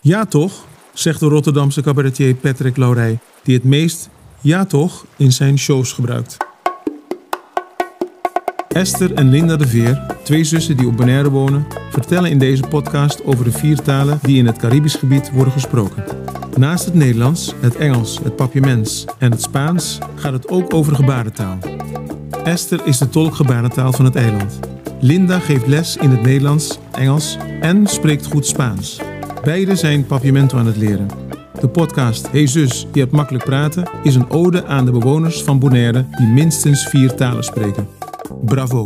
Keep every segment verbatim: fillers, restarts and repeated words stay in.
Ja toch, zegt de Rotterdamse cabaretier Patrick Laurey, die het meest ja toch in zijn shows gebruikt. Esther en Linda de Veer, twee zussen die op Bonaire wonen, vertellen in deze podcast over de vier talen die in het Caribisch gebied worden gesproken. Naast het Nederlands, het Engels, het Papiaments en het Spaans gaat het ook over gebarentaal. Esther is de tolk gebarentaal van het eiland. Linda geeft les in het Nederlands, Engels en spreekt goed Spaans. Beiden zijn Papiamento aan het leren. De podcast Hey zus, je hebt makkelijk praten is een ode aan de bewoners van Bonaire die minstens vier talen spreken. Bravo!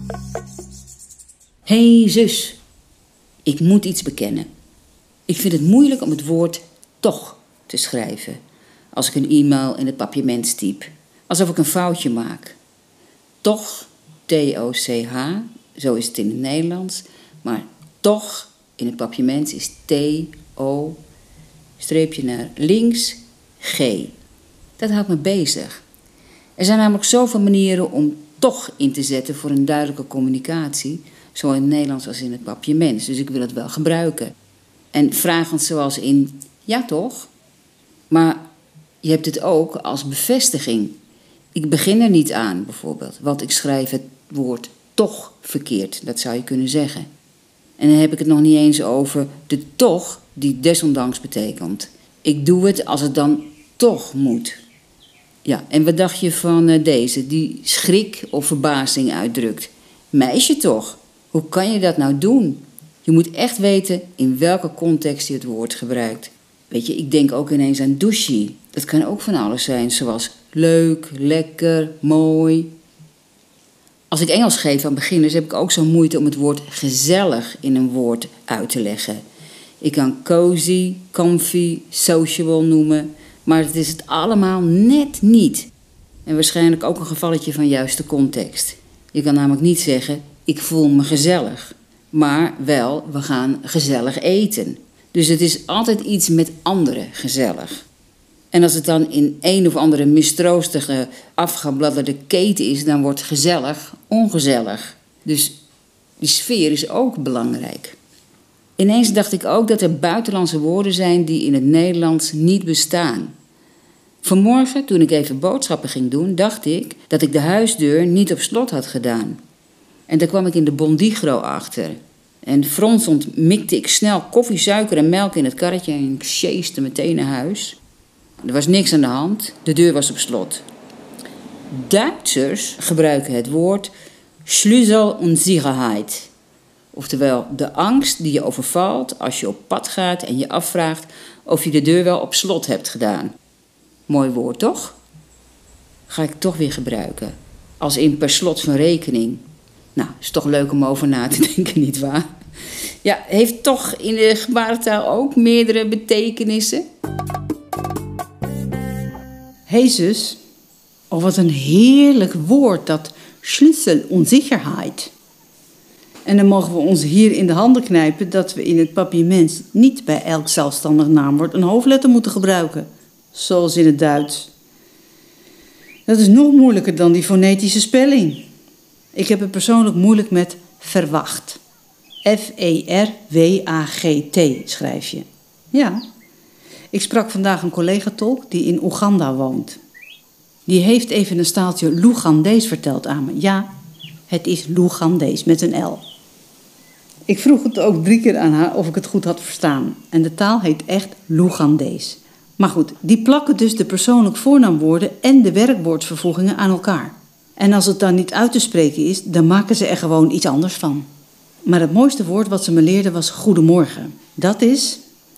Hey zus, ik moet iets bekennen. Ik vind het moeilijk om het woord toch te schrijven als ik een e-mail in het Papiaments typ. Alsof ik een foutje maak. Toch, T O C H, zo is het in het Nederlands, maar toch in het Papiaments is T O, streepje naar links, G. Dat houdt me bezig. Er zijn namelijk zoveel manieren om toch in te zetten voor een duidelijke communicatie, zowel in het Nederlands als in het Papiaments. Dus ik wil het wel gebruiken. En vragend zoals in ja toch, maar je hebt het ook als bevestiging. Ik begin er niet aan, bijvoorbeeld, want ik schrijf het woord toch verkeerd. Dat zou je kunnen zeggen. En dan heb ik het nog niet eens over de toch die desondanks betekent. Ik doe het als het dan toch moet. Ja, en wat dacht je van uh, deze, die schrik of verbazing uitdrukt? Meisje toch, hoe kan je dat nou doen? Je moet echt weten in welke context je het woord gebruikt. Weet je, ik denk ook ineens aan douche. Dat kan ook van alles zijn, zoals leuk, lekker, mooi. Als ik Engels geef aan beginners heb ik ook zo'n moeite om het woord gezellig in een woord uit te leggen. Ik kan cozy, comfy, sociable noemen, maar het is het allemaal net niet. En waarschijnlijk ook een gevalletje van juiste context. Je kan namelijk niet zeggen, ik voel me gezellig, maar wel, we gaan gezellig eten. Dus het is altijd iets met anderen gezellig. En als het dan in een of andere mistroostige, afgebladderde keten is, dan wordt gezellig ongezellig. Dus die sfeer is ook belangrijk. Ineens dacht ik ook dat er buitenlandse woorden zijn die in het Nederlands niet bestaan. Vanmorgen, toen ik even boodschappen ging doen, dacht ik dat ik de huisdeur niet op slot had gedaan. En daar kwam ik in de Bondigro achter. En fronsend mikte ik snel koffie, suiker en melk in het karretje en ik sjeeste meteen naar huis. Er was niks aan de hand, de deur was op slot. Duitsers gebruiken het woord Schlüsselunsicherheit. Oftewel de angst die je overvalt als je op pad gaat en je afvraagt of je de deur wel op slot hebt gedaan. Mooi woord, toch? Ga ik toch weer gebruiken. Als in per slot van rekening. Nou, is toch leuk om over na te denken, nietwaar? Ja, heeft toch in de gebarentaal ook meerdere betekenissen? Hey zus, oh wat een heerlijk woord, dat Schlüsselunsicherheit. En dan mogen we ons hier in de handen knijpen dat we in het Papiaments niet bij elk zelfstandig naamwoord een hoofdletter moeten gebruiken, zoals in het Duits. Dat is nog moeilijker dan die fonetische spelling. Ik heb het persoonlijk moeilijk met verwacht. F E R W A G T schrijf je. Ja. Ik sprak vandaag een collega-tolk die in Oeganda woont. Die heeft even een staaltje Lugandees verteld aan me. Ja, het is Lugandees met een L. Ik vroeg het ook drie keer aan haar of ik het goed had verstaan. En de taal heet echt Lugandees. Maar goed, die plakken dus de persoonlijk voornaamwoorden en de werkwoordsvervoegingen aan elkaar. En als het dan niet uit te spreken is, dan maken ze er gewoon iets anders van. Maar het mooiste woord wat ze me leerde was goedemorgen. Dat is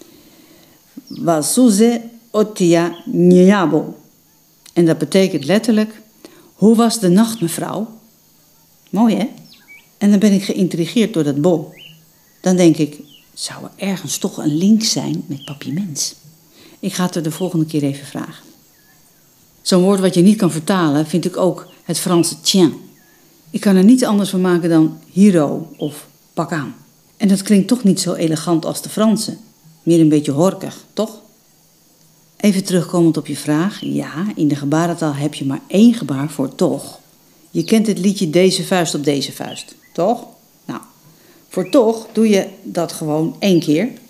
Wasuze Otia Nyabo. En dat betekent letterlijk, hoe was de nacht, mevrouw? Mooi, hè? En dan ben ik geïntrigeerd door dat bo. Dan denk ik, zou er ergens toch een link zijn met Papiaments? Ik ga het er de volgende keer even vragen. Zo'n woord wat je niet kan vertalen, vind ik ook het Franse tien. Ik kan er niets anders van maken dan hero of pak aan. En dat klinkt toch niet zo elegant als de Franse. Meer een beetje horkig, toch? Even terugkomend op je vraag. Ja, in de gebarentaal heb je maar één gebaar voor toch. Je kent het liedje Deze vuist op deze vuist, toch? Nou, voor toch doe je dat gewoon één keer.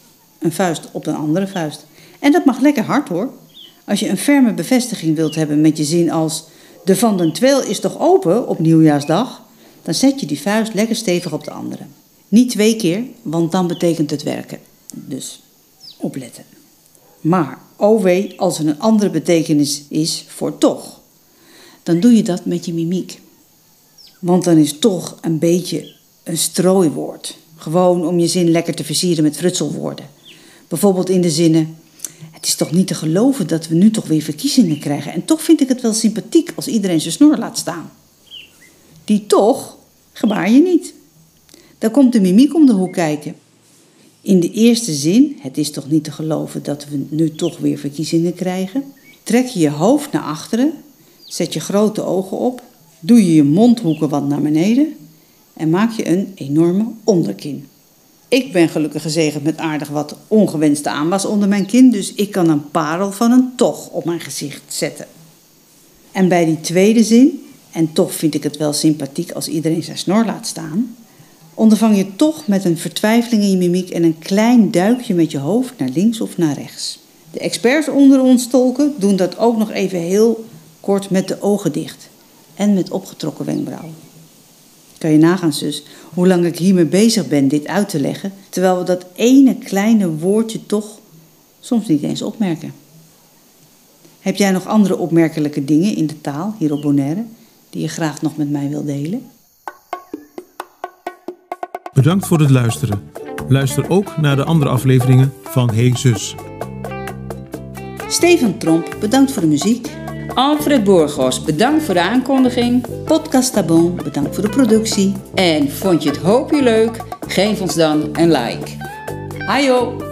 een vuist op een andere vuist. En dat mag lekker hard hoor. Als je een ferme bevestiging wilt hebben met je zin als de Van den Tweel is toch open op nieuwjaarsdag, dan zet je die vuist lekker stevig op de andere. Niet twee keer, want dan betekent het werken. Dus opletten. Maar, oh wee, als er een andere betekenis is voor toch, dan doe je dat met je mimiek. Want dan is toch een beetje een strooiwoord. Gewoon om je zin lekker te versieren met frutselwoorden. Bijvoorbeeld in de zinnen: het is toch niet te geloven dat we nu toch weer verkiezingen krijgen. En toch vind ik het wel sympathiek als iedereen zijn snor laat staan. Die toch gebaar je niet. Dan komt de mimiek om de hoek kijken. In de eerste zin, het is toch niet te geloven dat we nu toch weer verkiezingen krijgen. Trek je je hoofd naar achteren, zet je grote ogen op, doe je je mondhoeken wat naar beneden en maak je een enorme onderkin. Ik ben gelukkig gezegend met aardig wat ongewenste aanwas onder mijn kin, dus ik kan een parel van een toch op mijn gezicht zetten. En bij die tweede zin, en toch vind ik het wel sympathiek als iedereen zijn snor laat staan, ondervang je toch met een vertwijfeling in je mimiek en een klein duikje met je hoofd naar links of naar rechts. De experts onder ons tolken doen dat ook nog even heel kort met de ogen dicht en met opgetrokken wenkbrauwen. Kan je nagaan, zus, hoe lang ik hiermee bezig ben dit uit te leggen, terwijl we dat ene kleine woordje toch soms niet eens opmerken. Heb jij nog andere opmerkelijke dingen in de taal hier op Bonaire die je graag nog met mij wilt delen? Bedankt voor het luisteren. Luister ook naar de andere afleveringen van Hey Zus. Steven Tromp, bedankt voor de muziek. Alfred Borgos, bedankt voor de aankondiging. Podcast Tabon, bedankt voor de productie. En vond je het hoopje leuk? Geef ons dan een like. Hajo!